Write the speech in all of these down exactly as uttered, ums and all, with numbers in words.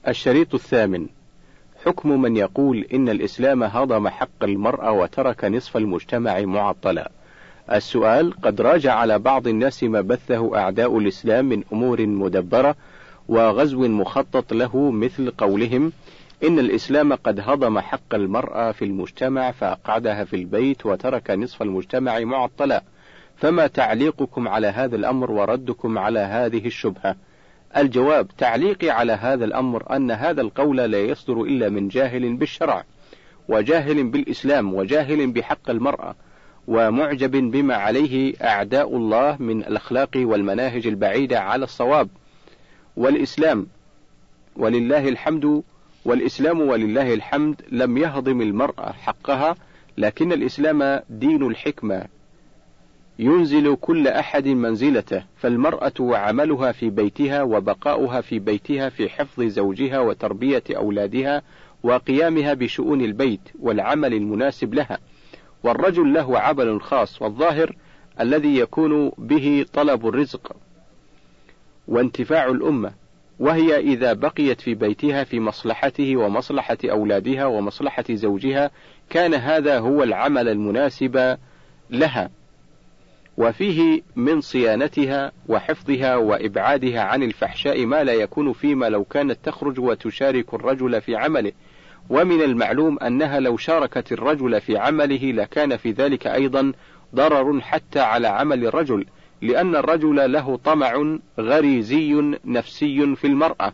الشريط الثامن: حكم من يقول إن الإسلام هضم حق المرأة وترك نصف المجتمع معطلا. السؤال: قد راجع على بعض الناس ما بثه أعداء الإسلام من أمور مدبرة وغزو مخطط له، مثل قولهم إن الإسلام قد هضم حق المرأة في المجتمع فأقعدها في البيت وترك نصف المجتمع معطلا. فما تعليقكم على هذا الأمر وردكم على هذه الشبهة؟ الجواب: تعليقي على هذا الأمر أن هذا القول لا يصدر إلا من جاهل بالشرع، وجاهل بالإسلام، وجاهل بحق المرأة، ومعجب بما عليه أعداء الله من الأخلاق والمناهج البعيدة على الصواب. والإسلام ولله الحمد والإسلام ولله الحمد لم يهضم المرأة حقها، لكن الإسلام دين الحكمة ينزل كل أحد منزلته، فالمرأة وعملها في بيتها وبقاؤها في بيتها في حفظ زوجها وتربية أولادها وقيامها بشؤون البيت والعمل المناسب لها، والرجل له عمل خاص والظاهر الذي يكون به طلب الرزق وانتفاع الأمة، وهي إذا بقيت في بيتها في مصلحته ومصلحة أولادها ومصلحة زوجها كان هذا هو العمل المناسب لها، وفيه من صيانتها وحفظها وإبعادها عن الفحشاء ما لا يكون فيما لو كانت تخرج وتشارك الرجل في عمله. ومن المعلوم أنها لو شاركت الرجل في عمله لكان في ذلك أيضا ضرر حتى على عمل الرجل، لأن الرجل له طمع غريزي نفسي في المرأة،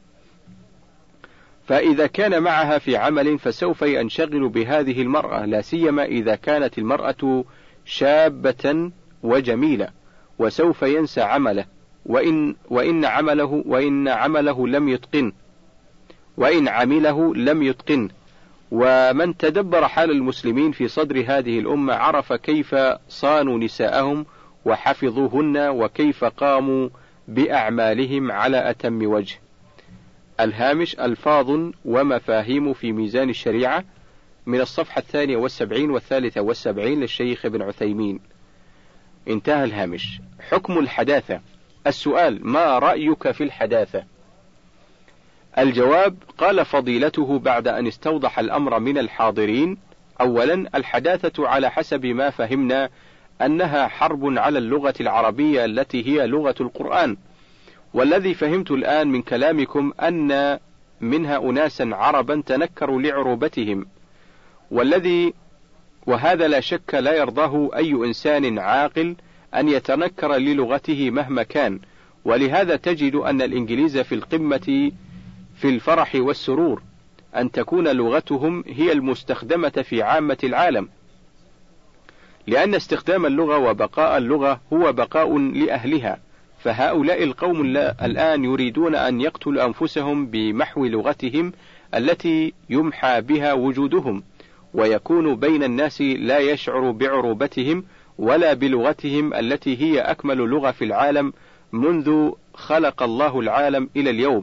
فإذا كان معها في عمل فسوف ينشغل بهذه المرأة، لا سيما إذا كانت المرأة شابة وجميلة، وسوف ينسى عمله وإن وإن عمله وإن عمله لم يتقن وإن عمله لم يتقن. ومن تدبر حال المسلمين في صدر هذه الأمة عرف كيف صانوا نساءهم وحفظوهن وكيف قاموا بأعمالهم على أتم وجه. الهامش: ألفاظ ومفاهيم في ميزان الشريعة، من الصفحة الثانية والسبعين والثالثة والسبعين للشيخ ابن عثيمين. انتهى الهامش. حكم الحداثة. السؤال: ما رأيك في الحداثة؟ الجواب: قال فضيلته بعد أن استوضح الأمر من الحاضرين: أولا، الحداثة على حسب ما فهمنا أنها حرب على اللغة العربية التي هي لغة القرآن، والذي فهمت الآن من كلامكم أن منها أناسا عربا تنكروا لعروبتهم، والذي وهذا لا شك لا يرضاه أي إنسان عاقل أن يتنكر للغته مهما كان، ولهذا تجد أن الإنجليز في القمة في الفرح والسرور أن تكون لغتهم هي المستخدمة في عامة العالم، لأن استخدام اللغة وبقاء اللغة هو بقاء لأهلها. فهؤلاء القوم الآن يريدون أن يقتلوا أنفسهم بمحو لغتهم التي يمحى بها وجودهم، ويكون بين الناس لا يشعر بعروبتهم ولا بلغتهم التي هي أكمل لغة في العالم منذ خلق الله العالم إلى اليوم.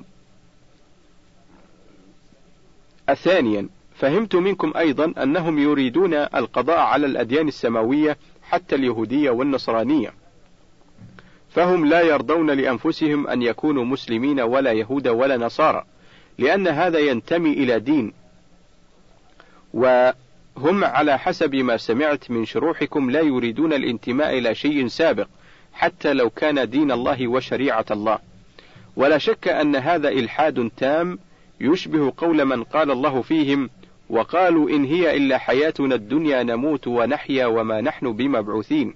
ثانيا، فهمت منكم أيضا أنهم يريدون القضاء على الأديان السماوية حتى اليهودية والنصرانية، فهم لا يرضون لأنفسهم أن يكونوا مسلمين ولا يهود ولا نصارى، لأن هذا ينتمي إلى دين، وهم على حسب ما سمعت من شروحكم لا يريدون الانتماء إلى شيء سابق حتى لو كان دين الله وشريعة الله. ولا شك أن هذا إلحاد تام يشبه قول من قال الله فيهم: وقالوا إن هي إلا حياتنا الدنيا نموت ونحيا وما نحن بمبعوثين.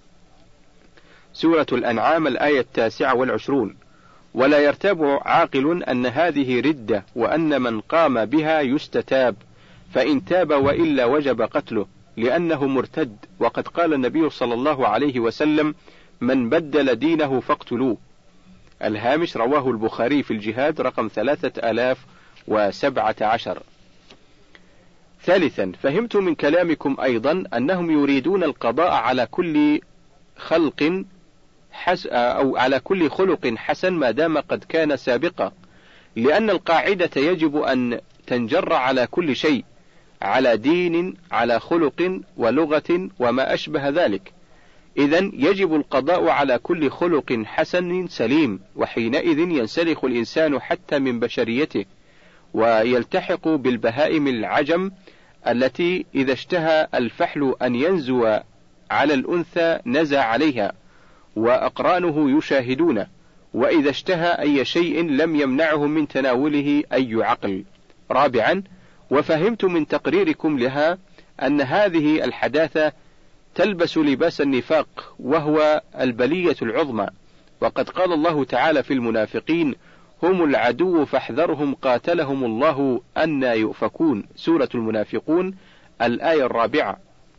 سورة الأنعام الآية التاسعة والعشرون. ولا يرتاب عاقل أن هذه ردة، وأن من قام بها يستتاب، فإن تاب وإلا وجب قتله لأنه مرتد، وقد قال النبي صلى الله عليه وسلم: من بدل دينه فاقتلوه. الهامش: رواه البخاري في الجهاد رقم ثلاثة آلاف وسبعة عشر. ثالثا، فهمت من كلامكم أيضا أنهم يريدون القضاء على كل خلق حس أو على كل خلق حسن ما دام قد كان سابقا، لأن القاعدة يجب أن تنجر على كل شيء، على دين، على خلق ولغة وما أشبه ذلك. إذن يجب القضاء على كل خلق حسن سليم، وحينئذ ينسلخ الإنسان حتى من بشريته، ويلتحق بالبهائم العجم التي إذا اشتهى الفحل أن ينزو على الأنثى نزى عليها وأقرانه يشاهدونه، وإذا اشتهى أي شيء لم يمنعه من تناوله أي عقل. رابعا، وفهمت من تقريركم لها أن هذه الحداثة تلبس لباس النفاق وهو البلية العظمى، وقد قال الله تعالى في المنافقين: هم العدو فاحذرهم قاتلهم الله أنى يؤفكون، سورة المنافقون الآية الرابعة.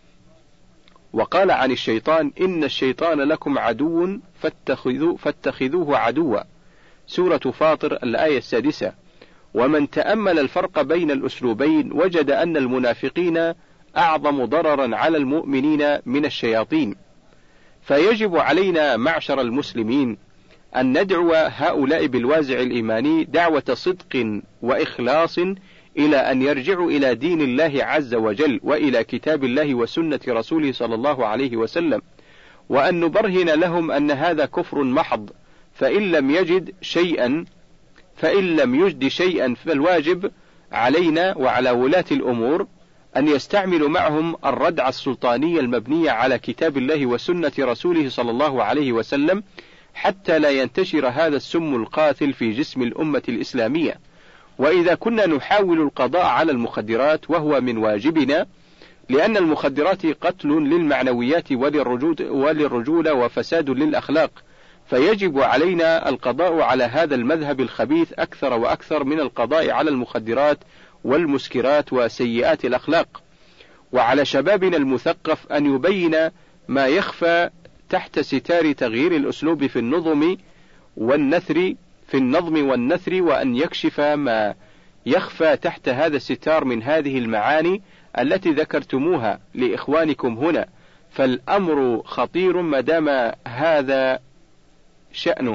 وقال عن الشيطان: إن الشيطان لكم عدو فاتخذوه, فاتخذوه عدوا، سورة فاطر الآية السادسة. ومن تأمل الفرق بين الأسلوبين وجد أن المنافقين أعظم ضررا على المؤمنين من الشياطين، فيجب علينا معشر المسلمين أن ندعو هؤلاء بالوازع الإيماني دعوة صدق وإخلاص إلى أن يرجعوا إلى دين الله عز وجل وإلى كتاب الله وسنة رسوله صلى الله عليه وسلم، وأن نبرهن لهم أن هذا كفر محض، فإن لم يجد شيئا فإن لم يجد شيئا فالواجب علينا وعلى ولاة الأمور أن يستعملوا معهم الردع السلطاني المبني على كتاب الله وسنة رسوله صلى الله عليه وسلم، حتى لا ينتشر هذا السم القاتل في جسم الأمة الإسلامية. وإذا كنا نحاول القضاء على المخدرات وهو من واجبنا، لأن المخدرات قتل للمعنويات وللرجولة وفساد للأخلاق، فيجب علينا القضاء على هذا المذهب الخبيث أكثر وأكثر من القضاء على المخدرات والمسكرات وسيئات الأخلاق. وعلى شبابنا المثقف أن يبين ما يخفى تحت ستار تغيير الأسلوب في النظم والنثر في النظم والنثر، وأن يكشف ما يخفى تحت هذا الستار من هذه المعاني التي ذكرتموها لإخوانكم هنا، فالأمر خطير ما دام هذا شأنه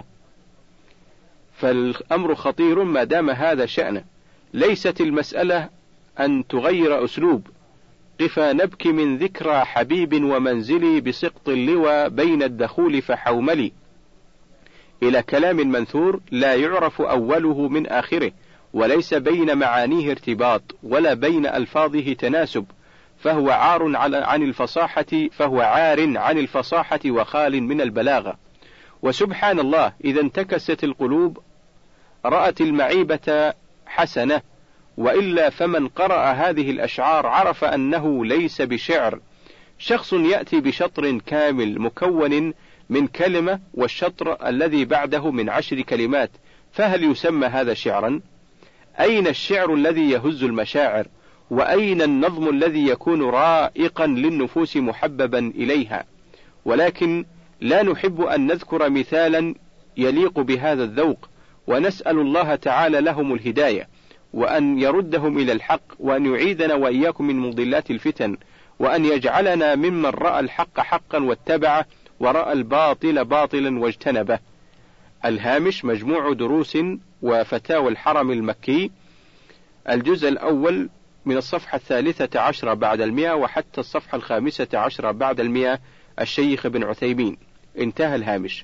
فالأمر خطير ما دام هذا شأنه. ليست المسألة أن تغير أسلوب. قفا نبكي من ذكرى حبيب ومنزلي بسقط اللوى بين الدخول فحوملي، إلى كلام منثور لا يعرف أوله من آخره، وليس بين معانيه ارتباط ولا بين ألفاظه تناسب، فهو عار عن الفصاحة فهو عار عن الفصاحة وخال من البلاغة. وسبحان الله، إذا انتكست القلوب رأت المعيبة حسنة، وإلا فمن قرأ هذه الأشعار عرف أنه ليس بشعر. شخص يأتي بشطر كامل مكون من كلمة والشطر الذي بعده من عشر كلمات، فهل يسمى هذا شعرا؟ أين الشعر الذي يهز المشاعر؟ وأين النظم الذي يكون رائقا للنفوس محببا إليها؟ ولكن لا نحب أن نذكر مثالا يليق بهذا الذوق، ونسأل الله تعالى لهم الهداية، وأن يردهم إلى الحق، وأن يعيدنا وإياكم من مضلات الفتن، وأن يجعلنا ممن رأى الحق حقا واتبعه، ورأى الباطل باطلا واجتنبه. الهامش: مجموع دروس وفتاوى الحرم المكي، الجزء الأول من الصفحة الثالثة عشرة بعد المئة وحتى الصفحة الخامسة عشرة بعد المئة، الشيخ بن عثيمين. انتهى الهامش.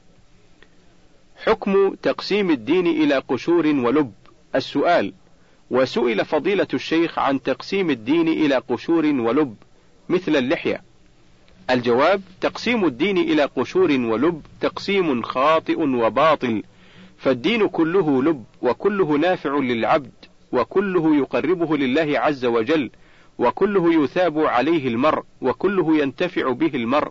حكم تقسيم الدين إلى قشور ولب. السؤال: وسئل فضيلة الشيخ عن تقسيم الدين إلى قشور ولب مثل اللحية. الجواب: تقسيم الدين إلى قشور ولب تقسيم خاطئ وباطل، فالدين كله لب، وكله نافع للعبد، وكله يقربه لله عز وجل، وكله يثاب عليه المرء، وكله ينتفع به المرء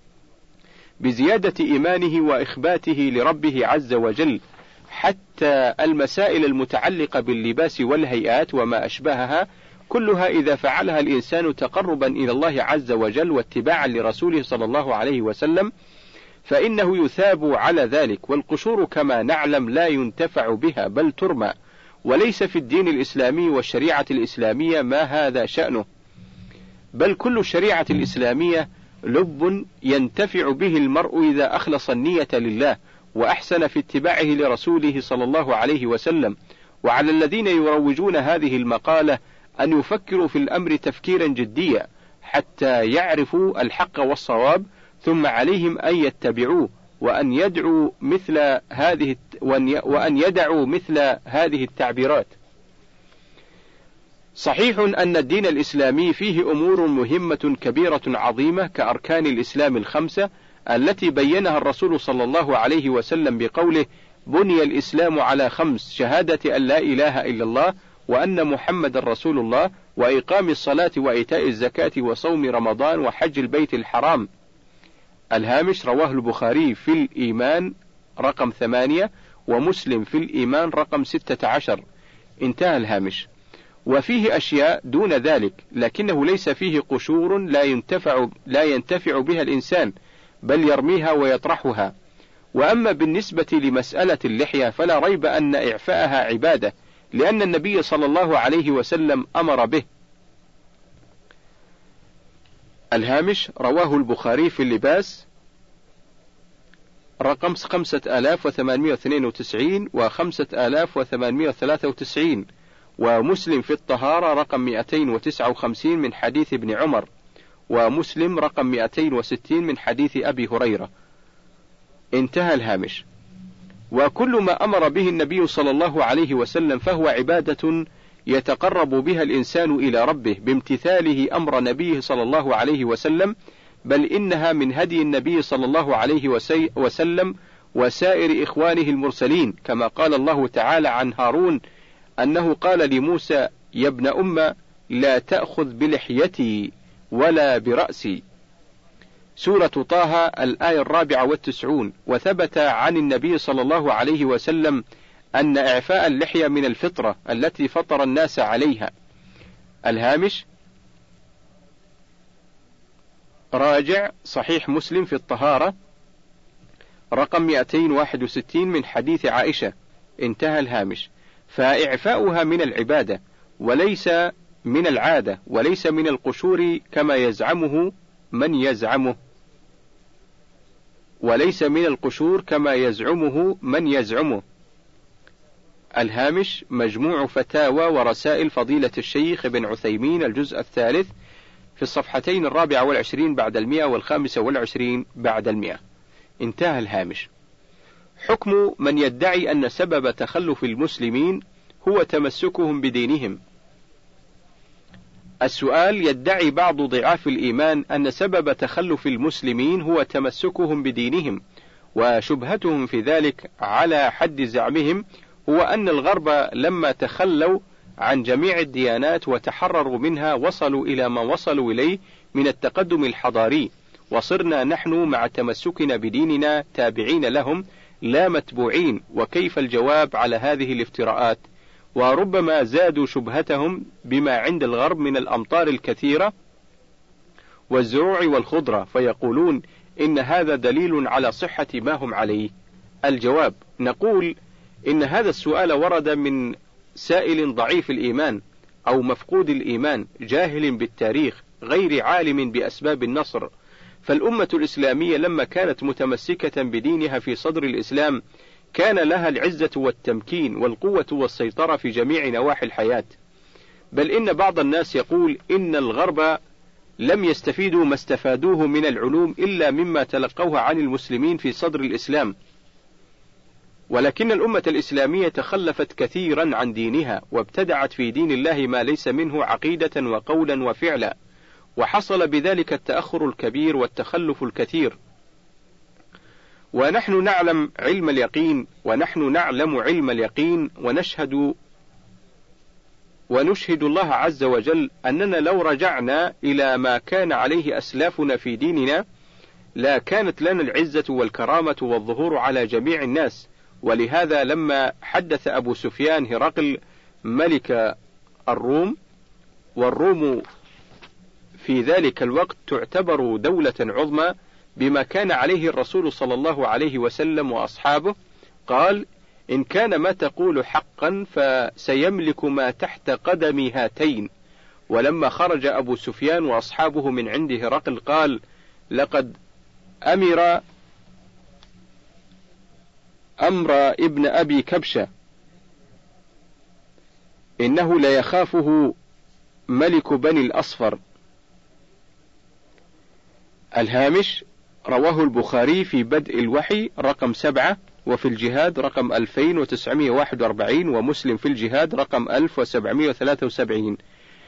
بزيادة إيمانه وإخباته لربه عز وجل، حتى المسائل المتعلقة باللباس والهيئات وما أشبهها كلها إذا فعلها الإنسان تقربا إلى الله عز وجل واتباعا لرسوله صلى الله عليه وسلم فإنه يثاب على ذلك. والقشور كما نعلم لا ينتفع بها بل ترمى، وليس في الدين الإسلامي والشريعة الإسلامية ما هذا شأنه، بل كل الشريعة الإسلامية لب ينتفع به المرء إذا أخلص النية لله وأحسن في اتباعه لرسوله صلى الله عليه وسلم. وعلى الذين يروجون هذه المقالة أن يفكروا في الأمر تفكيرا جديا حتى يعرفوا الحق والصواب، ثم عليهم أن يتبعوه، وأن يدعوا مثل هذه وأن يدعوا مثل هذه التعبيرات. صحيح أن الدين الإسلامي فيه أمور مهمة كبيرة عظيمة كأركان الإسلام الخمسة التي بينها الرسول صلى الله عليه وسلم بقوله: بني الإسلام على خمس: شهادة أن لا إله إلا الله وأن محمد رسول الله، وإقام الصلاة وإيتاء الزكاة وصوم رمضان وحج البيت الحرام. الهامش: رواه البخاري في الإيمان رقم ثمانية، ومسلم في الإيمان رقم ستة عشر. انتهى الهامش. وفيه أشياء دون ذلك، لكنه ليس فيه قشور لا ينتفع لا ينتفع بها الإنسان، بل يرميها ويطرحها. وأما بالنسبة لمسألة اللحية فلا ريب أن إعفاءها عبادة، لأن النبي صلى الله عليه وسلم أمر به. الهامش: رواه البخاري في اللباس رقم خمسة آلاف وثمانمائة واثنين وتسعين وخمسة آلاف وثمانمائة وثلاثة وتسعين، ومسلم في الطهارة رقم مئتين وتسعة وخمسين من حديث ابن عمر، ومسلم رقم مئتين وستين من حديث أبي هريرة. انتهى الهامش. وكل ما أمر به النبي صلى الله عليه وسلم فهو عبادة يتقرب بها الإنسان إلى ربه بامتثاله أمر نبيه صلى الله عليه وسلم، بل إنها من هدي النبي صلى الله عليه وسلم وسائر إخوانه المرسلين، كما قال الله تعالى عن هارون أنه قال لموسى: يا ابن أم لا تأخذ بلحيتي ولا برأسي. سورة طه الآية الرابعة والتسعون. وثبت عن النبي صلى الله عليه وسلم أن إعفاء اللحية من الفطرة التي فطر الناس عليها. الهامش: راجع صحيح مسلم في الطهارة رقم مئتين وواحد وستين من حديث عائشة. انتهى الهامش. فإعفاؤها من العبادة وليس من العادة، وليس من القشور كما يزعمه من يزعمه وليس من القشور كما يزعمه من يزعمه. الهامش: مجموع فتاوى ورسائل فضيلة الشيخ ابن عثيمين الجزء الثالث في الصفحتين الرابعة والعشرين بعد المئة والخامسة والعشرين بعد المئة. انتهى الهامش. حكم من يدعي أن سبب تخلف المسلمين هو تمسكهم بدينهم. السؤال: يدعي بعض ضعاف الإيمان أن سبب تخلف المسلمين هو تمسكهم بدينهم، وشبهتهم في ذلك على حد زعمهم هو أن الغرب لما تخلوا عن جميع الديانات وتحرروا منها وصلوا إلى ما وصلوا إليه من التقدم الحضاري، وصرنا نحن مع تمسكنا بديننا تابعين لهم لا متبوعين. وكيف الجواب على هذه الافتراءات؟ وربما زادوا شبهتهم بما عند الغرب من الأمطار الكثيرة والزروع والخضرة، فيقولون إن هذا دليل على صحة ما هم عليه. الجواب: نقول إن هذا السؤال ورد من سائل ضعيف الإيمان أو مفقود الإيمان، جاهل بالتاريخ، غير عالم بأسباب النصر. فالأمة الإسلامية لما كانت متمسكة بدينها في صدر الإسلام كان لها العزة والتمكين والقوة والسيطرة في جميع نواحي الحياة. بل إن بعض الناس يقول إن الغرب لم يستفيدوا ما استفادوه من العلوم إلا مما تلقوه عن المسلمين في صدر الإسلام، ولكن الأمة الإسلامية تخلفت كثيرا عن دينها وابتدعت في دين الله ما ليس منه عقيدة وقولا وفعلا، وحصل بذلك التأخر الكبير والتخلف الكثير. ونحن نعلم علم اليقين ونحن نعلم علم اليقين ونشهد ونشهد الله عز وجل أننا لو رجعنا إلى ما كان عليه أسلافنا في ديننا لا كانت لنا العزة والكرامة والظهور على جميع الناس. ولهذا لما حدث أبو سفيان هرقل ملك الروم، والروم في ذلك الوقت تعتبر دولة عظمى بما كان عليه الرسول صلى الله عليه وسلم وأصحابه، قال: إن كان ما تقول حقا فسيملك ما تحت قدم هاتين. ولما خرج أبو سفيان وأصحابه من عند هرقل قال: لقد أمر أمر ابن أبي كبشة إنه ليخافه ملك بني الأصفر. الهامش: رواه البخاري في بدء الوحي رقم سبعة، وفي الجهاد رقم ألفين وتسعمائة وواحد وأربعين، ومسلم في الجهاد رقم ألف وسبعمائة وثلاثة وسبعين.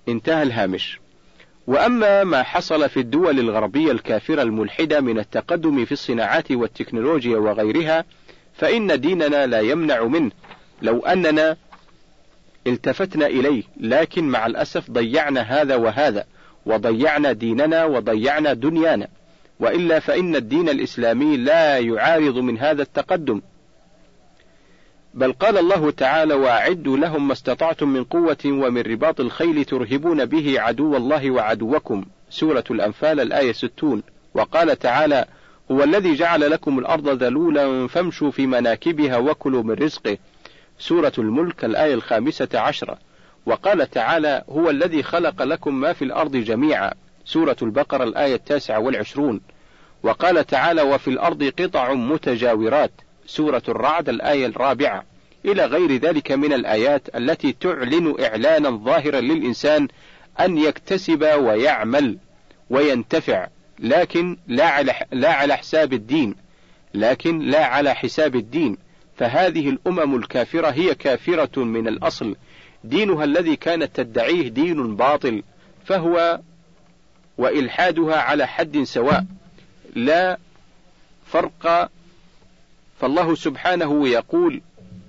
انتهى الهامش. وأما ما حصل في الدول الغربية الكافرة الملحدة من التقدم في الصناعات والتكنولوجيا وغيرها فإن ديننا لا يمنع منه لو أننا التفتنا إليه، لكن مع الأسف ضيعنا هذا وهذا، وضيعنا ديننا وضيعنا دنيانا، وإلا فإن الدين الإسلامي لا يعارض من هذا التقدم. بل قال الله تعالى: وأعدوا لهم ما استطعتم من قوة ومن رباط الخيل ترهبون به عدو الله وعدوكم، سورة الأنفال الآية ستون. وقال تعالى: هو الذي جعل لكم الأرض ذلولا فامشوا في مناكبها وكلوا من رزقه، سورة الملك الآية الخامسة عشرة. وقال تعالى: هو الذي خلق لكم ما في الأرض جميعا، سورة البقرة الآية التاسعة والعشرون. وقال تعالى: وفي الأرض قطع متجاورات، سورة الرعد الآية الرابعة، إلى غير ذلك من الآيات التي تعلن إعلانا ظاهرا للإنسان أن يكتسب ويعمل وينتفع، لكن لا على لا على حساب الدين، لكن لا على حساب الدين. فهذه الأمم الكافرة هي كافرة من الأصل، دينها الذي كانت تدعيه دين باطل، فهو وإلحادها على حد سواء لا فرق. فالله سبحانه يقول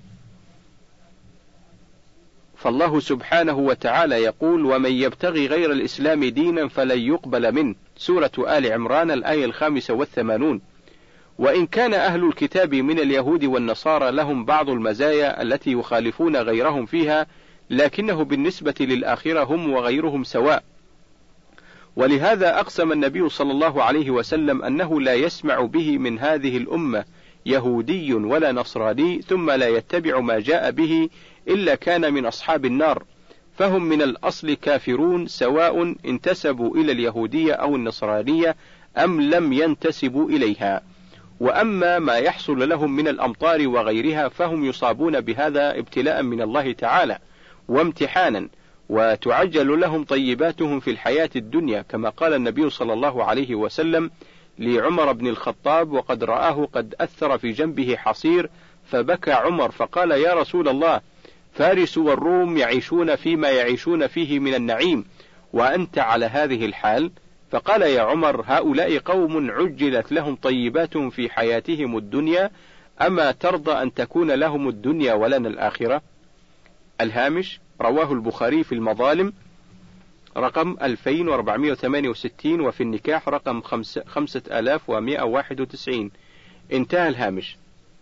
فالله سبحانه وتعالى يقول: ومن يبتغي غير الإسلام دينا فلن يقبل منه، سورة آل عمران الآية الخامسة والثمانون. وإن كان أهل الكتاب من اليهود والنصارى لهم بعض المزايا التي يخالفون غيرهم فيها، لكنه بالنسبة للآخرة هم وغيرهم سواء. ولهذا أقسم النبي صلى الله عليه وسلم أنه لا يسمع به من هذه الأمة يهودي ولا نصراني ثم لا يتبع ما جاء به إلا كان من أصحاب النار، فهم من الأصل كافرون سواء انتسبوا إلى اليهودية أو النصرانية أم لم ينتسبوا إليها. وأما ما يحصل لهم من الأمطار وغيرها فهم يصابون بهذا ابتلاء من الله تعالى وامتحانا، وتعجل لهم طيباتهم في الحياة الدنيا، كما قال النبي صلى الله عليه وسلم لعمر بن الخطاب وقد رآه قد أثر في جنبه حصير، فبكى عمر فقال: يا رسول الله، فارس والروم يعيشون فيما يعيشون فيه من النعيم وأنت على هذه الحال؟ فقال: يا عمر، هؤلاء قوم عجلت لهم طيباتهم في حياتهم الدنيا، أما ترضى أن تكون لهم الدنيا ولنا الآخرة؟ الهامش: رواه البخاري في المظالم رقم ألفين وأربعمائة وثمانية وستين، وفي النكاح رقم خمسة آلاف ومائة وواحد وتسعين. انتهى الهامش.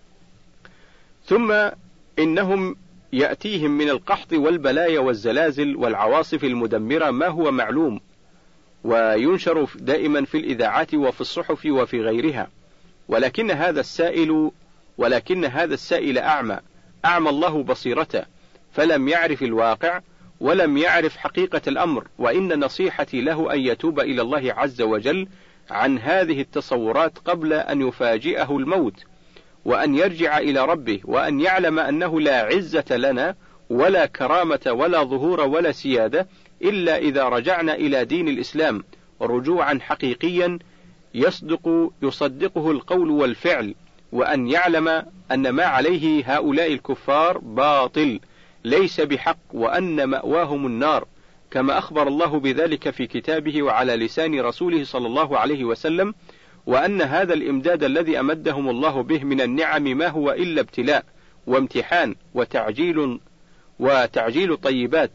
ثم إنهم يأتيهم من القحط والبلايا والزلازل والعواصف المدمرة ما هو معلوم وينشر دائما في الإذاعات وفي الصحف وفي غيرها، ولكن هذا السائل ولكن هذا السائل أعمى أعمى الله بصيرته، فلم يعرف الواقع ولم يعرف حقيقة الأمر. وإن نصيحتي له أن يتوب إلى الله عز وجل عن هذه التصورات قبل أن يفاجئه الموت، وأن يرجع إلى ربه، وأن يعلم أنه لا عزة لنا ولا كرامة ولا ظهور ولا سيادة إلا إذا رجعنا إلى دين الإسلام رجوعا حقيقيا يصدق يصدقه القول والفعل، وأن يعلم أن ما عليه هؤلاء الكفار باطل ليس بحق، وأن مأواهم النار، كما أخبر الله بذلك في كتابه وعلى لسان رسوله صلى الله عليه وسلم، وأن هذا الإمداد الذي أمدهم الله به من النعم ما هو إلا ابتلاء وامتحان وتعجيل وتعجيل طيبات،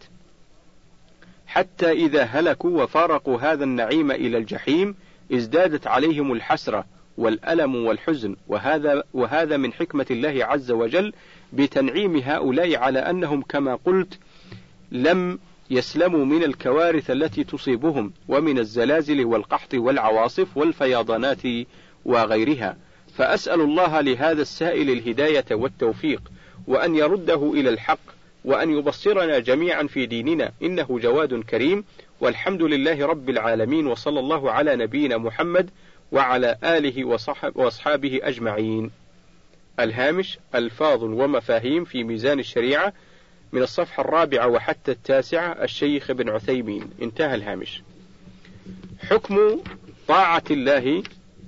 حتى إذا هلكوا وفارقوا هذا النعيم إلى الجحيم ازدادت عليهم الحسرة والألم والحزن. وهذا وهذا من حكمة الله عز وجل بتنعيم هؤلاء على أنهم كما قلت لم يسلموا من الكوارث التي تصيبهم ومن الزلازل والقحط والعواصف والفيضانات وغيرها. فأسأل الله لهذا السائل الهداية والتوفيق، وأن يرده إلى الحق، وأن يبصرنا جميعا في ديننا، إنه جواد كريم. والحمد لله رب العالمين، وصلى الله على نبينا محمد وعلى آله وأصحابه أجمعين. الهامش: ألفاظ ومفاهيم في ميزان الشريعة، من الصفحة الرابعة وحتى التاسعة، الشيخ ابن عثيمين. انتهى الهامش. حكم طاعة الله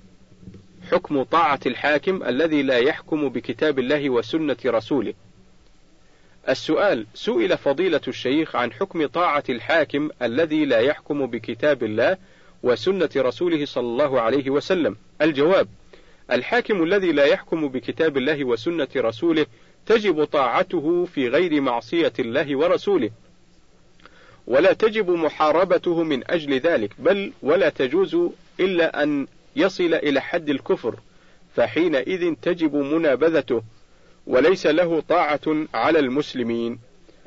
حكم طاعة الحاكم الذي لا يحكم بكتاب الله وسنة رسوله. السؤال: سئل فضيلة الشيخ عن حكم طاعة الحاكم الذي لا يحكم بكتاب الله وسنة رسوله صلى الله عليه وسلم. الجواب: الحاكم الذي لا يحكم بكتاب الله وسنة رسوله تجب طاعته في غير معصية الله ورسوله، ولا تجب محاربته من أجل ذلك، بل ولا تجوز إلا أن يصل إلى حد الكفر، فحينئذ تجب منابذته، وليس له طاعة على المسلمين.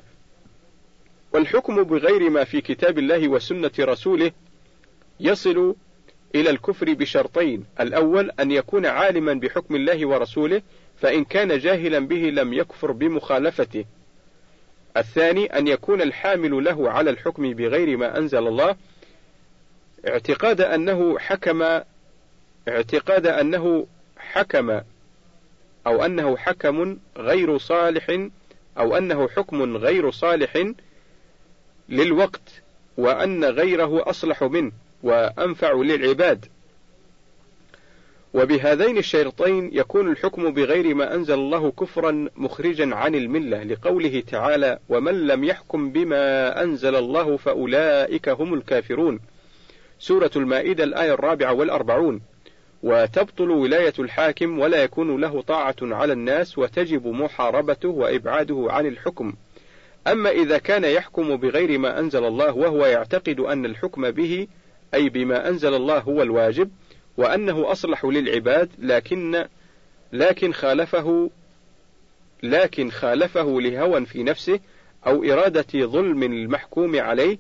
والحكم بغير ما في كتاب الله وسنة رسوله يصل إلى الكفر بشرطين: الأول أن يكون عالما بحكم الله ورسوله، فإن كان جاهلا به لم يكفر بمخالفته. الثاني أن يكون الحامل له على الحكم بغير ما أنزل الله اعتقاد أنه حكم اعتقاد أنه حكم أو أنه حكم غير صالح أو أنه حكم غير صالح للوقت، وأن غيره أصلح منه وأنفع للعباد. وبهذين الشرطين يكون الحكم بغير ما أنزل الله كفرا مخرجا عن الملة، لقوله تعالى: ومن لم يحكم بما أنزل الله فأولئك هم الكافرون، سورة المائدة الآية الرابعة والأربعون. وتبطل ولاية الحاكم ولا يكون له طاعة على الناس، وتجب محاربته وإبعاده عن الحكم. أما إذا كان يحكم بغير ما أنزل الله وهو يعتقد أن الحكم به أي بما أنزل الله هو الواجب، وأنه أصلح للعباد، لكن لكن خالفه لكن خالفه لهوى في نفسه أو إرادة ظلم المحكوم عليه،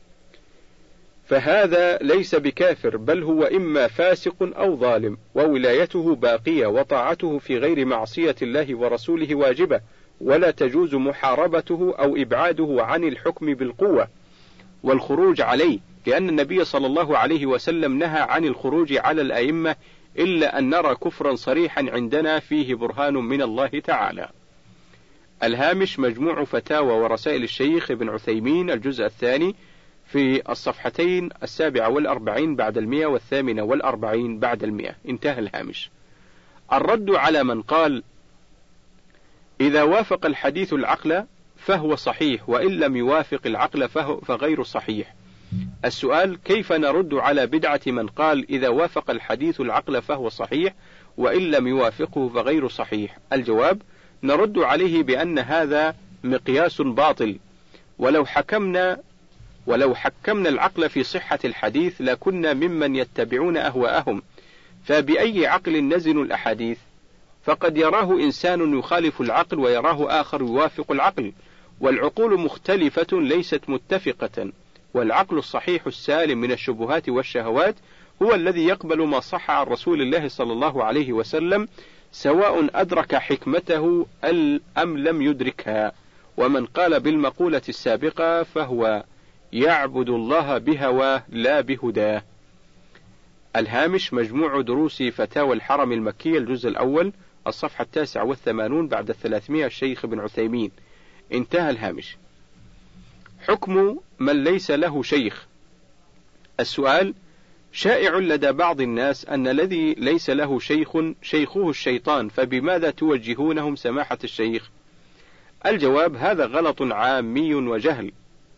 فهذا ليس بكافر، بل هو إما فاسق أو ظالم، وولايته باقية، وطاعته في غير معصية الله ورسوله واجبة، ولا تجوز محاربته أو إبعاده عن الحكم بالقوة والخروج عليه، لأن النبي صلى الله عليه وسلم نهى عن الخروج على الأئمة إلا أن نرى كفرا صريحا عندنا فيه برهان من الله تعالى. الهامش: مجموع فتاوى ورسائل الشيخ ابن عثيمين، الجزء الثاني، في الصفحتين السابعة والأربعين بعد المئة والثامنة والأربعين بعد المئة. انتهى الهامش. الرد على من قال: إذا وافق الحديث العقل فهو صحيح، وإن لم يوافق العقل فغير صحيح. السؤال: كيف نرد على بدعة من قال إذا وافق الحديث العقل فهو صحيح، وإن لم يوافقه فغير صحيح؟ الجواب: نرد عليه بأن هذا مقياس باطل، ولو حكمنا ولو حكمنا العقل في صحة الحديث لكنا ممن يتبعون أهواءهم، فبأي عقل نزن الأحاديث؟ فقد يراه إنسان يخالف العقل ويراه آخر يوافق العقل، والعقول مختلفة ليست متفقة، والعقل الصحيح السالم من الشبهات والشهوات هو الذي يقبل ما صح عن رسول الله صلى الله عليه وسلم، سواء أدرك حكمته أم لم يدركها. ومن قال بالمقولة السابقة فهو يعبد الله بهواه لا بهداه. الهامش: مجموع دروس فتاوى الحرم المكية، الجزء الأول، الصفحة التاسعة والثمانون بعد الثلاثمائة، الشيخ ابن عثيمين. انتهى الهامش. حكم من ليس له شيخ. السؤال: شائع لدى بعض الناس أن الذي ليس له شيخ شيخه الشيطان، فبماذا توجهونهم سماحة الشيخ؟ الجواب: هذا غلط عامي وجهل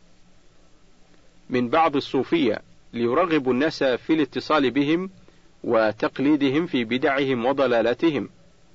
من بعض الصوفية ليرغبوا الناس في الاتصال بهم وتقليدهم في بدعهم وضلالاتهم.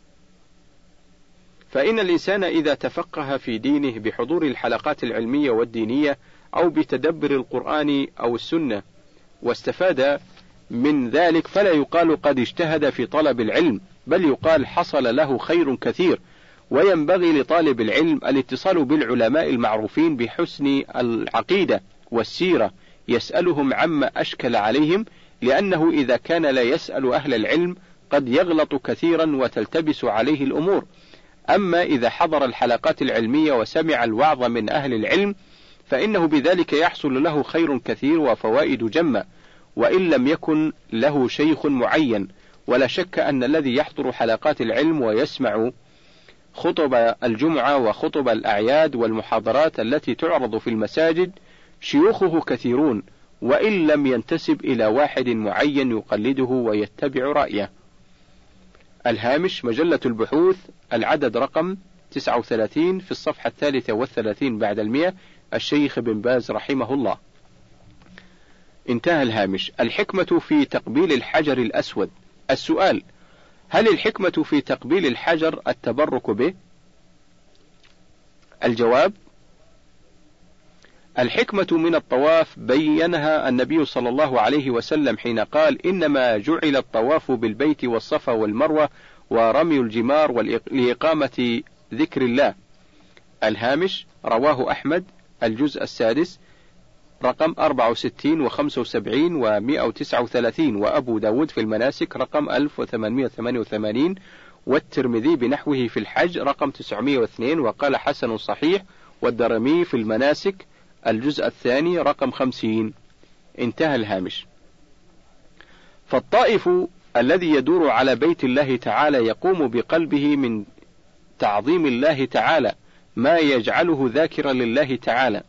فإن الإنسان إذا تفقه في دينه بحضور الحلقات العلمية والدينية أو بتدبر القرآن أو السنة واستفاد من ذلك، فلا يقال قد اجتهد في طلب العلم، بل يقال حصل له خير كثير. وينبغي لطالب العلم الاتصال بالعلماء المعروفين بحسن العقيدة والسيرة، يسألهم عما أشكل عليهم، لأنه إذا كان لا يسأل أهل العلم قد يغلط كثيرا وتلتبس عليه الأمور. أما إذا حضر الحلقات العلمية وسمع الوعظ من أهل العلم فإنه بذلك يحصل له خير كثير وفوائد جمة، وإن لم يكن له شيخ معين. ولا شك أن الذي يحضر حلقات العلم ويسمع خطب الجمعة وخطب الأعياد والمحاضرات التي تعرض في المساجد شيوخه كثيرون، وإن لم ينتسب إلى واحد معين يقلده ويتبع رأيه. الهامش: مجلة البحوث، العدد رقم تسعة وثلاثين في الصفحة الثالثة والثلاثين بعد المئة، الشيخ بن باز رحمه الله. انتهى الهامش. الحكمة في تقبيل الحجر الأسود. السؤال: هل الحكمة في تقبيل الحجر التبرك به؟ الجواب: الحكمة من الطواف بينها النبي صلى الله عليه وسلم حين قال: إنما جعل الطواف بالبيت والصفا والمروة ورمي الجمار لإقامة ذكر الله. الهامش: رواه أحمد الجزء السادس رقم أربعة وستين وخمسة وسبعين ومئة وتسعة وثلاثين، وأبو داود في المناسك رقم ألف وثمانمئة وثمانية وثمانين، والترمذي بنحوه في الحج رقم تسعمئة واثنين وقال حسن صحيح، والدرمي في المناسك الجزء الثاني رقم خمسين. انتهى الهامش. فالطائف الذي يدور على بيت الله تعالى يقوم بقلبه من تعظيم الله تعالى ما يجعله ذاكرا لله تعالى،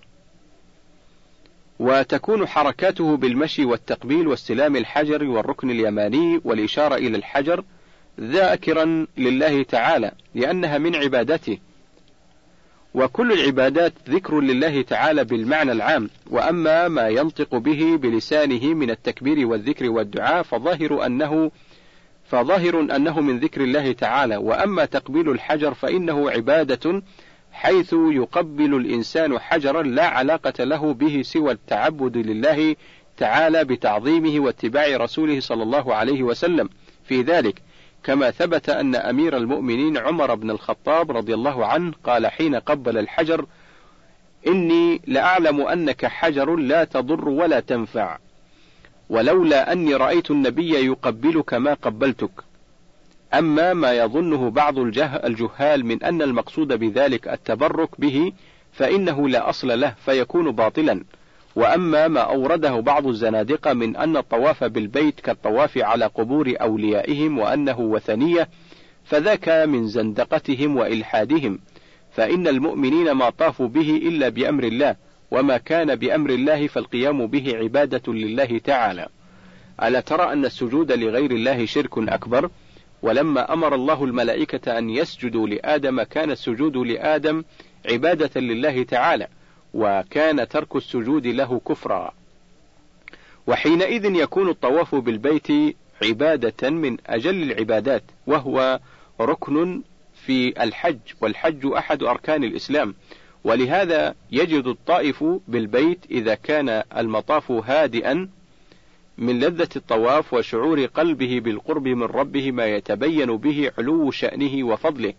وتكون حركاته بالمشي والتقبيل واستلام الحجر والركن اليماني والإشارة إلى الحجر ذاكرا لله تعالى لأنها من عبادته، وكل العبادات ذكر لله تعالى بالمعنى العام. وأما ما ينطق به بلسانه من التكبير والذكر والدعاء فظاهر أنه فظاهر أنه من ذكر الله تعالى. وأما تقبيل الحجر فإنه عبادة، حيث يقبل الإنسان حجرا لا علاقة له به سوى التعبد لله تعالى بتعظيمه واتباع رسوله صلى الله عليه وسلم في ذلك، كما ثبت أن أمير المؤمنين عمر بن الخطاب رضي الله عنه قال حين قبل الحجر: إني لأعلم أنك حجر لا تضر ولا تنفع، ولولا أني رأيت النبي يقبلك ما قبلتك. أما ما يظنه بعض الجهال من أن المقصود بذلك التبرك به فإنه لا أصل له فيكون باطلا. وأما ما أورده بعض الزنادقة من أن الطواف بالبيت كالطواف على قبور أوليائهم وأنه وثنية فذاك من زندقتهم وإلحادهم، فإن المؤمنين ما طافوا به إلا بأمر الله، وما كان بأمر الله فالقيام به عبادة لله تعالى. ألا ترى أن السجود لغير الله شرك أكبر؟ ولما أمر الله الملائكة أن يسجدوا لآدم كان السجود لآدم عبادة لله تعالى، وكان ترك السجود له كفرا. وحينئذ يكون الطواف بالبيت عبادة من أجل العبادات، وهو ركن في الحج، والحج أحد أركان الإسلام. ولهذا يجد الطائف بالبيت إذا كان المطاف هادئا من لذة الطواف وشعور قلبه بالقرب من ربه ما يتبين به علو شأنه وفضله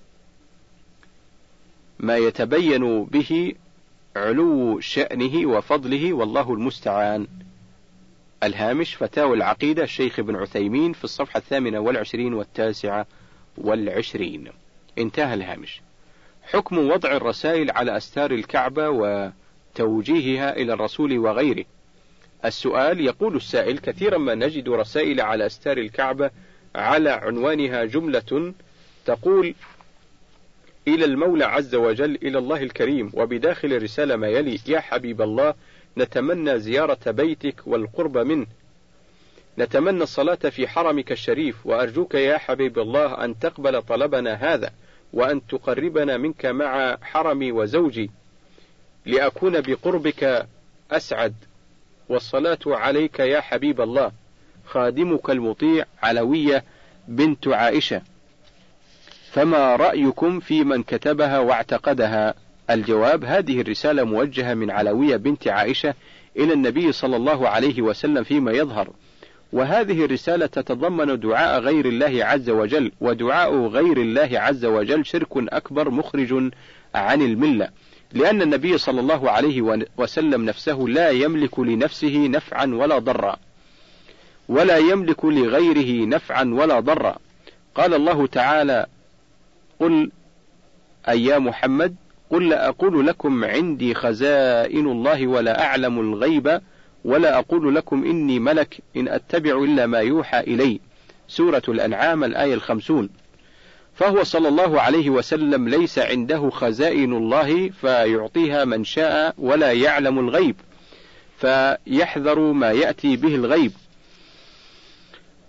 ما يتبين به علو شأنه وفضله والله المستعان. الهامش: فتاوى العقيدة الشيخ ابن عثيمين في الصفحة الثامنة والعشرين والتاسعة والعشرين. انتهى الهامش. حكم وضع الرسائل على أستار الكعبة وتوجيهها إلى الرسول وغيره. السؤال: يقول السائل: كثيرا ما نجد رسائل على أستار الكعبة على عنوانها جملة تقول: إلى المولى عز وجل، إلى الله الكريم، وبداخل الرسالة ما يلي: يا حبيب الله، نتمنى زيارة بيتك والقرب منه، نتمنى الصلاة في حرمك الشريف، وأرجوك يا حبيب الله أن تقبل طلبنا هذا، وأن تقربنا منك مع حرمي وزوجي لأكون بقربك أسعد، والصلاة عليك يا حبيب الله. خادمك المطيع علوية بنت عائشة. فما رأيكم في من كتبها واعتقدها؟ الجواب: هذه الرسالة موجهة من علوية بنت عائشة إلى النبي صلى الله عليه وسلم فيما يظهر، وهذه الرسالة تتضمن دعاء غير الله عز وجل، ودعاء غير الله عز وجل شرك أكبر مخرج عن الملة، لأن النبي صلى الله عليه وسلم نفسه لا يملك لنفسه نفعا ولا ضرا، ولا يملك لغيره نفعا ولا ضرا. قال الله تعالى: قل أي يا محمد قل لا أقول لكم عندي خزائن الله ولا أعلم الغيب ولا أقول لكم إني ملك إن أتبع إلا ما يوحى إلي. سورة الأنعام الآية الخمسون. فهو صلى الله عليه وسلم ليس عنده خزائن الله فيعطيها من شاء، ولا يعلم الغيب فيحذر ما يأتي به الغيب.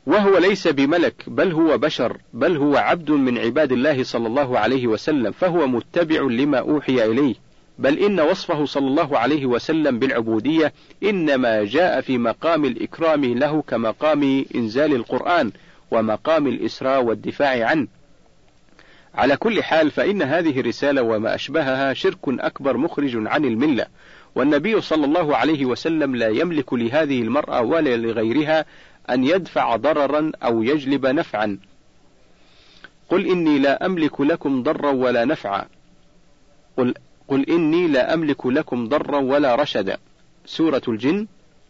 وهو ليس بملك، بل هو بشر، بل هو عبد من عباد الله صلى الله عليه وسلم، فهو متبع لما أوحي إليه، بل إن وصفه صلى الله عليه وسلم بالعبودية إنما جاء في مقام الإكرام له كمقام إنزال القرآن ومقام الإسراء والدفاع عنه. على كل حال فإن هذه الرسالة وما أشبهها شرك أكبر مخرج عن الملة، والنبي صلى الله عليه وسلم لا يملك لهذه المرأة ولا لغيرها أن يدفع ضررا أو يجلب نفعا. قل إني لا أملك لكم ضرا ولا نفعا، قل, قل إني لا أملك لكم ضرا ولا رشدا. سورة الجن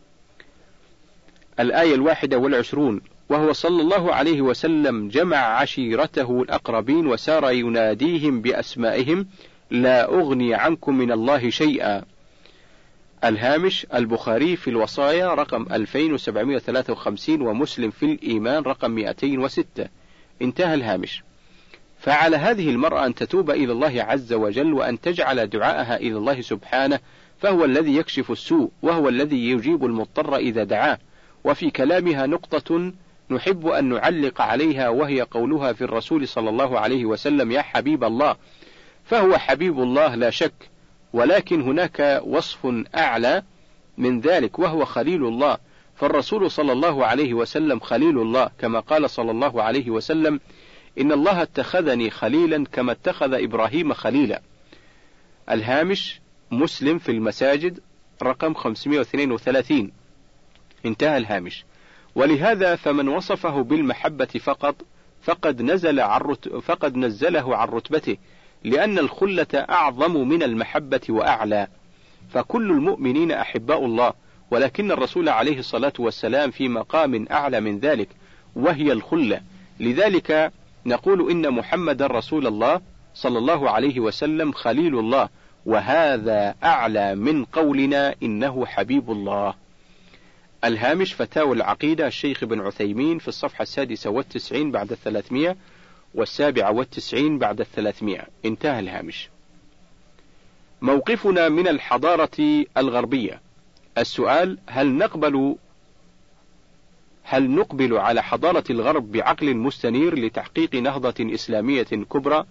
الآية الواحدة والعشرون. وهو صلى الله عليه وسلم جمع عشيرته الأقربين وسار يناديهم بأسمائهم: لا أغني عنكم من الله شيئا. الهامش: البخاري في الوصايا رقم ألفين وسبعمائة وثلاثة وخمسين، ومسلم في الإيمان رقم مئتين وستة. انتهى الهامش. فعلى هذه المرأة أن تتوب إلى الله عز وجل وأن تجعل دعاءها إلى الله سبحانه، فهو الذي يكشف السوء، وهو الذي يجيب المضطر إذا دعاه. وفي كلامها نقطة نحب أن نعلق عليها، وهي قولها في الرسول صلى الله عليه وسلم: يا حبيب الله. فهو حبيب الله لا شك، ولكن هناك وصف أعلى من ذلك وهو خليل الله، فالرسول صلى الله عليه وسلم خليل الله، كما قال صلى الله عليه وسلم: إن الله اتخذني خليلا كما اتخذ إبراهيم خليلا. الهامش: مسلم في المساجد رقم خمسمائة واثنين وثلاثين. انتهى الهامش. ولهذا فمن وصفه بالمحبة فقط فقد نزل عن فقد نزله عن رتبته، لأن الخلة أعظم من المحبة وأعلى، فكل المؤمنين أحباء الله، ولكن الرسول عليه الصلاة والسلام في مقام أعلى من ذلك وهي الخلة. لذلك نقول إن محمد رسول الله صلى الله عليه وسلم خليل الله، وهذا أعلى من قولنا إنه حبيب الله. الهامش: فتاوى العقيدة الشيخ بن عثيمين في الصفحة السادسة والتسعين بعد الثلاثمائة والسابعة والتسعين بعد الثلاثمائة. انتهى الهامش. موقفنا من الحضارة الغربية. السؤال: هل نقبل هل نقبل على حضارة الغرب بعقل مستنير لتحقيق نهضة إسلامية كبرى؟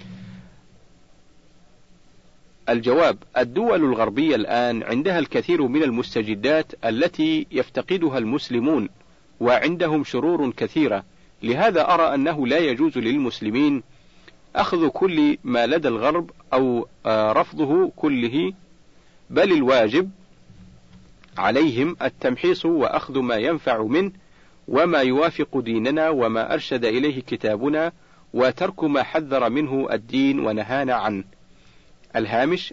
الجواب: الدول الغربية الآن عندها الكثير من المستجدات التي يفتقدها المسلمون، وعندهم شرور كثيرة، لهذا أرى أنه لا يجوز للمسلمين أخذ كل ما لدى الغرب أو رفضه كله، بل الواجب عليهم التمحيص وأخذ ما ينفع منه وما يوافق ديننا وما أرشد إليه كتابنا، وترك ما حذر منه الدين ونهانا عنه. الهامش: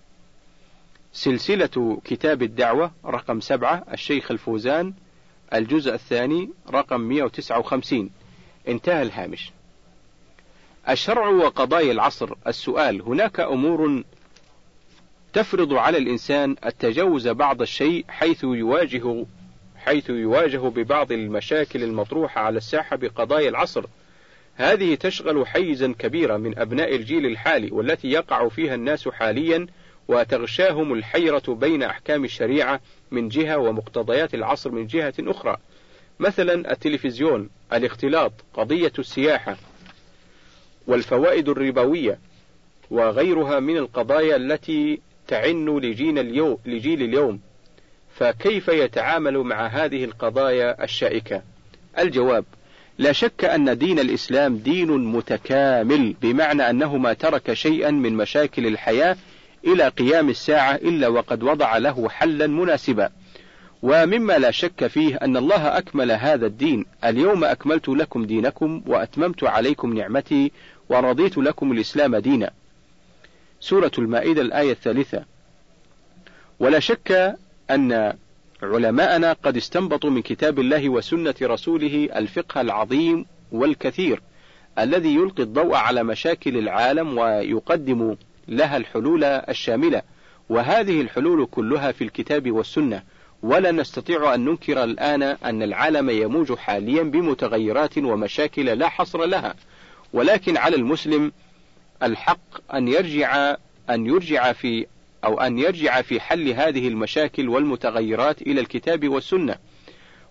سلسلة كتاب الدعوة رقم سبعة الشيخ الفوزان الجزء الثاني رقم مئة وتسعة وخمسين. انتهى الهامش. الشرع وقضايا العصر. السؤال: هناك أمور تفرض على الإنسان التجاوز بعض الشيء حيث يواجه حيث يواجه ببعض المشاكل المطروحة على الساحة بقضايا العصر. هذه تشغل حيزا كبيرا من أبناء الجيل الحالي، والتي يقع فيها الناس حاليا، وتغشاهم الحيرة بين أحكام الشريعة من جهة ومقتضيات العصر من جهة أخرى، مثلا التلفزيون، الاختلاط، قضية السياحة، والفوائد الربوية، وغيرها من القضايا التي تعن لجيل اليوم, لجيل اليوم. فكيف يتعامل مع هذه القضايا الشائكة؟ الجواب: لا شك أن دين الإسلام دين متكامل، بمعنى أنه ما ترك شيئا من مشاكل الحياة إلى قيام الساعة إلا وقد وضع له حلا مناسبا. ومما لا شك فيه أن الله أكمل هذا الدين: اليوم أكملت لكم دينكم وأتممت عليكم نعمتي ورضيت لكم الإسلام دينا. سورة المائدة الآية الثالثة. ولا شك أن علماءنا قد استنبطوا من كتاب الله وسنة رسوله الفقه العظيم والكثير الذي يلقي الضوء على مشاكل العالم ويقدم لها الحلول الشاملة، وهذه الحلول كلها في الكتاب والسنة. ولا نستطيع أن ننكر الآن أن العالم يموج حاليا بمتغيرات ومشاكل لا حصر لها، ولكن على المسلم الحق أن يرجع أن يرجع في أو أن يرجع في حل هذه المشاكل والمتغيرات إلى الكتاب والسنة،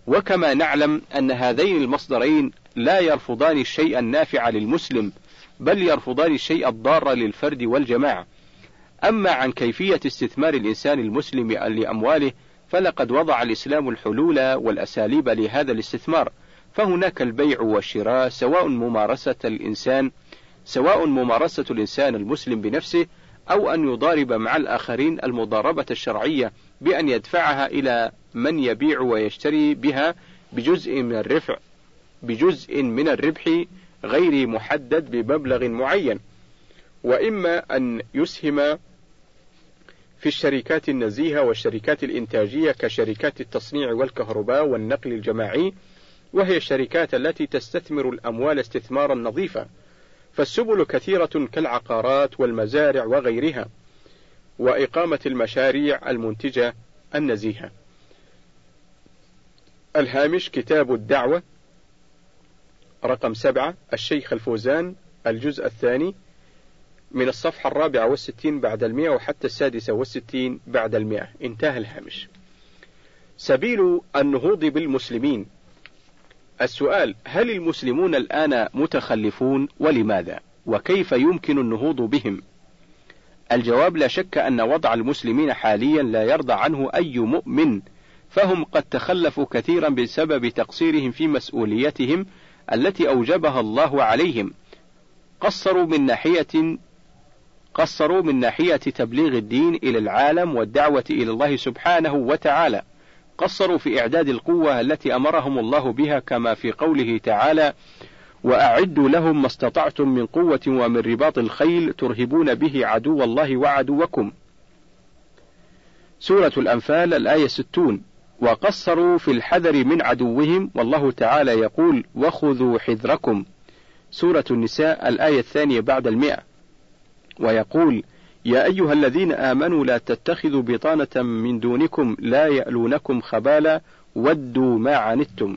وكما نعلم أن هذين المصدرين لا يرفضان الشيء النافع للمسلم، بل يرفضان الشيء الضار للفرد والجماعة. أما عن كيفية استثمار الإنسان المسلم لأمواله، فلقد وضع الإسلام الحلول والأساليب لهذا الاستثمار، فهناك البيع والشراء، سواء ممارسة الإنسان سواء ممارسة الإنسان المسلم بنفسه، أو أن يضارب مع الآخرين المضاربة الشرعية بأن يدفعها إلى من يبيع ويشتري بها بجزء من الربح بجزء من الربح غير محدد بمبلغ معين، وإما أن يسهم في الشركات النزيهة والشركات الإنتاجية كشركات التصنيع والكهرباء والنقل الجماعي، وهي الشركات التي تستثمر الأموال استثمارا نظيفا. فالسبل كثيرة كالعقارات والمزارع وغيرها، وإقامة المشاريع المنتجة النزيهة. الهامش: كتاب الدعوة، رقم سبعة، الشيخ الفوزان، الجزء الثاني، من الصفحة الرابعة والستين بعد المئة وحتى السادسة والستين بعد المئة. انتهى الهامش. سبيل النهوض بالمسلمين. السؤال: هل المسلمون الآن متخلفون؟ ولماذا؟ وكيف يمكن النهوض بهم؟ الجواب: لا شك أن وضع المسلمين حاليا لا يرضى عنه أي مؤمن، فهم قد تخلفوا كثيرا بسبب تقصيرهم في مسؤوليتهم التي أوجبها الله عليهم. قصروا من ناحية قصروا من ناحية تبليغ الدين إلى العالم والدعوة إلى الله سبحانه وتعالى. قصروا في إعداد القوة التي أمرهم الله بها، كما في قوله تعالى: وأعدوا لهم ما استطعتم من قوة ومن رباط الخيل ترهبون به عدو الله وعدوكم. سورة الأنفال الآية ستون. وقصروا في الحذر من عدوهم، والله تعالى يقول: وخذوا حذركم. سورة النساء الآية الثانية بعد المئة. ويقول: يا أيها الذين آمنوا لا تتخذوا بطانة من دونكم لا يألونكم خبالا ودوا ما عنتم.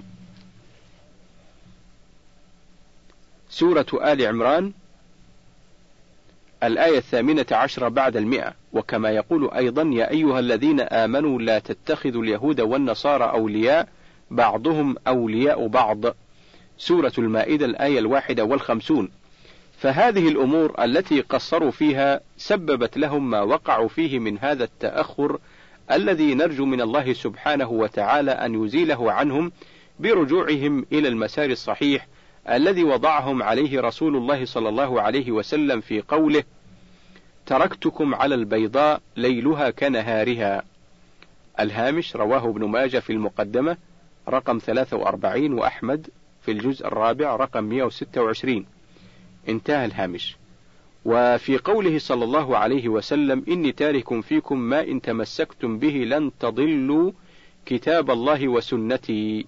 سورة آل عمران الآية الثامنة عشرة بعد المئة. وكما يقول أيضا: يا أيها الذين آمنوا لا تتخذوا اليهود والنصارى أولياء بعضهم أولياء بعض. سورة المائدة الآية الواحدة والخمسون. فهذه الأمور التي قصروا فيها سببت لهم ما وقعوا فيه من هذا التأخر، الذي نرجو من الله سبحانه وتعالى أن يزيله عنهم برجوعهم إلى المسار الصحيح الذي وضعهم عليه رسول الله صلى الله عليه وسلم في قوله: تركتكم على البيضاء ليلها كنهارها. الهامش: رواه ابن ماجه في المقدمة رقم ثلاثة وأربعين، وأحمد في الجزء الرابع رقم مئة وستة وعشرين. انتهى الهامش. وفي قوله صلى الله عليه وسلم: إني تارك فيكم ما إن تمسكتم به لن تضلوا كتاب الله وسنتي.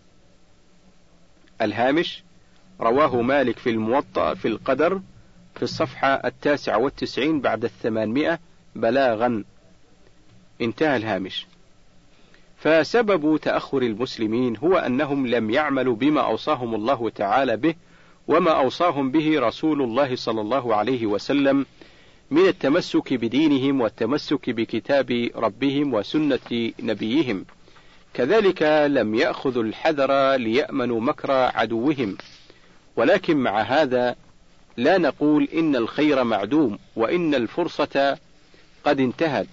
الهامش: رواه مالك في الموطأ في القدر في الصفحة التاسعة والتسعين بعد الثمانمائة بلاغا. انتهى الهامش. فسبب تأخر المسلمين هو أنهم لم يعملوا بما أوصاهم الله تعالى به وما أوصاهم به رسول الله صلى الله عليه وسلم من التمسك بدينهم والتمسك بكتاب ربهم وسنة نبيهم. كذلك لم يأخذوا الحذر ليأمنوا مكر عدوهم. ولكن مع هذا لا نقول إن الخير معدوم وإن الفرصة قد انتهت،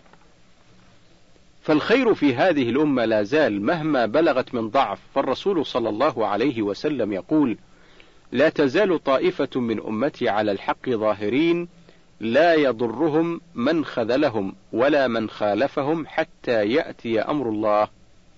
فالخير في هذه الأمة لا زال مهما بلغت من ضعف. فالرسول صلى الله عليه وسلم يقول: لا تزال طائفة من أمتي على الحق ظاهرين لا يضرهم من خذلهم ولا من خالفهم حتى يأتي أمر الله.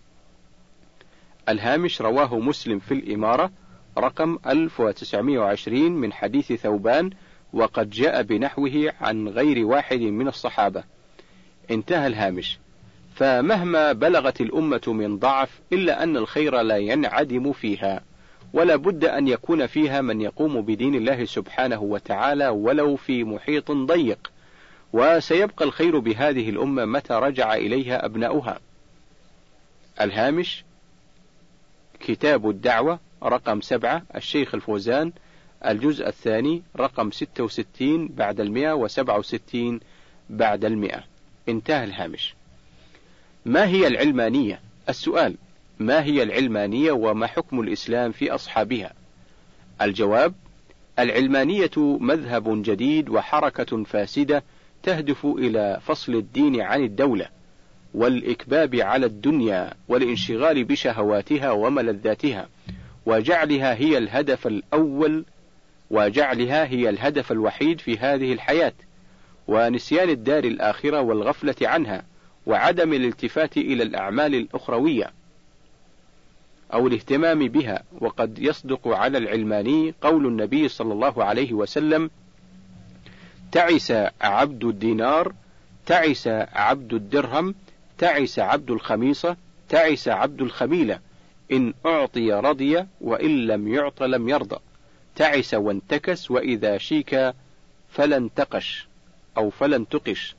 الهامش: رواه مسلم في الإمارة رقم ألف وتسعمائة وعشرين من حديث ثوبان، وقد جاء بنحوه عن غير واحد من الصحابة. انتهى الهامش. فمهما بلغت الأمة من ضعف إلا أن الخير لا ينعدم فيها، ولا بد أن يكون فيها من يقوم بدين الله سبحانه وتعالى ولو في محيط ضيق، وسيبقى الخير بهذه الأمة متى رجع إليها أبناؤها. الهامش: كتاب الدعوة رقم سبعة، الشيخ الفوزان، الجزء الثاني رقم ستة وستين بعد المئة وسبعة وستين بعد المئة. انتهى الهامش. ما هي العلمانية؟ السؤال: ما هي العلمانية وما حكم الإسلام في أصحابها؟ الجواب: العلمانية مذهب جديد وحركة فاسدة تهدف إلى فصل الدين عن الدولة، والإكباب على الدنيا والانشغال بشهواتها وملذاتها، وجعلها هي الهدف الأول وجعلها هي الهدف الوحيد في هذه الحياة، ونسيان الدار الآخرة والغفلة عنها، وعدم الالتفات إلى الأعمال الأخروية أو الاهتمام بها. وقد يصدق على العلماني قول النبي صلى الله عليه وسلم: تعس عبد الدينار، تعس عبد الدرهم، تعس عبد الخميصة، تعس عبد الخميلة، إن أعطي رضي وإن لم يعط لم يرضى، تعس وانتكس، وإذا شيك فلن تقش أو فلن تقش.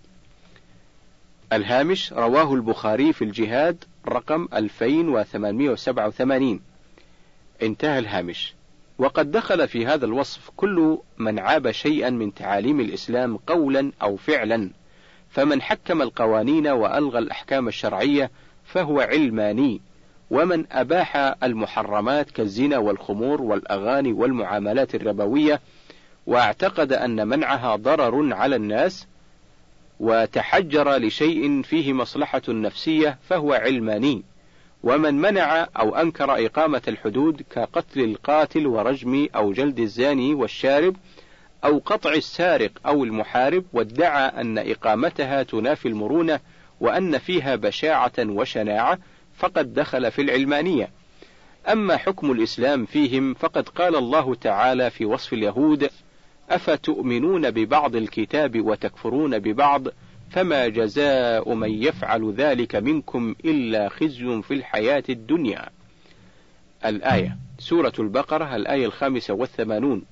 الهامش: رواه البخاري في الجهاد رقم ألفين وثمانمائة وسبعة وثمانين. انتهى الهامش. وقد دخل في هذا الوصف كل من عاب شيئا من تعاليم الإسلام قولا أو فعلا، فمن حكم القوانين وألغى الأحكام الشرعية فهو علماني، ومن أباح المحرمات كالزنا والخمور والأغاني والمعاملات الربوية واعتقد أن منعها ضرر على الناس وتحجر لشيء فيه مصلحة نفسية فهو علماني، ومن منع أو أنكر إقامة الحدود كقتل القاتل ورجم أو جلد الزاني والشارب أو قطع السارق أو المحارب، وادعى أن إقامتها تنافي المرونة وأن فيها بشاعة وشناعة، فقد دخل في العلمانية. أما حكم الإسلام فيهم فقد قال الله تعالى في وصف اليهود: أفتؤمنون ببعض الكتاب وتكفرون ببعض، فما جزاء من يفعل ذلك منكم إلا خزي في الحياة الدنيا. الآية، سورة البقرة الآية الخامسة والثمانون.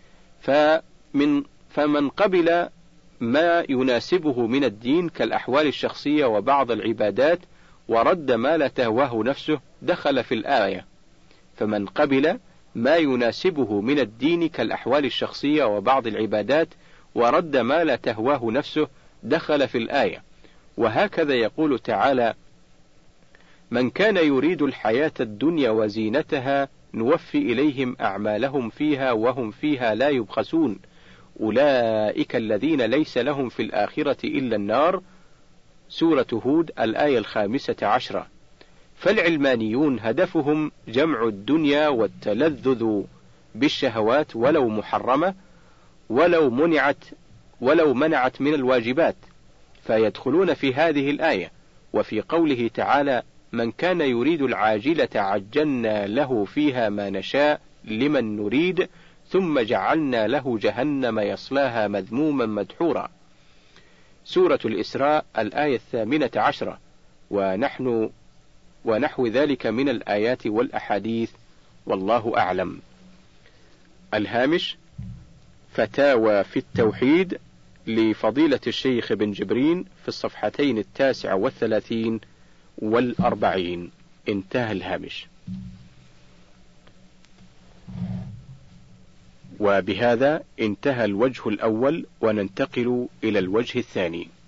فمن فمن قبل ما يناسبه من الدين كالأحوال الشخصية وبعض العبادات ورد ما لا تهواه نفسه دخل في الآية. فمن قبل ما يناسبه من الدين كالأحوال الشخصية وبعض العبادات ورد ما لا تهواه نفسه دخل في الآية. وهكذا يقول تعالى: من كان يريد الحياة الدنيا وزينتها نوفي إليهم أعمالهم فيها وهم فيها لا يبخسون، أولئك الذين ليس لهم في الآخرة إلا النار. سورة هود الآية الخامسة عشرة. فالعلمانيون هدفهم جمع الدنيا والتلذذ بالشهوات ولو محرمة، ولو منعت ولو منعت من الواجبات، فيدخلون في هذه الآية. وفي قوله تعالى: من كان يريد العاجلة عجلنا له فيها ما نشاء لمن نريد ثم جعلنا له جهنم يصلاها مذموما مدحورا. سورة الإسراء الآية الثامنة عشرة. ونحن ونحو ذلك من الآيات والأحاديث، والله أعلم. الهامش: فتاوى في التوحيد لفضيلة الشيخ بن جبرين في الصفحتين التاسعة والثلاثين والأربعين. انتهى الهامش. وبهذا انتهى الوجه الأول، وننتقل إلى الوجه الثاني.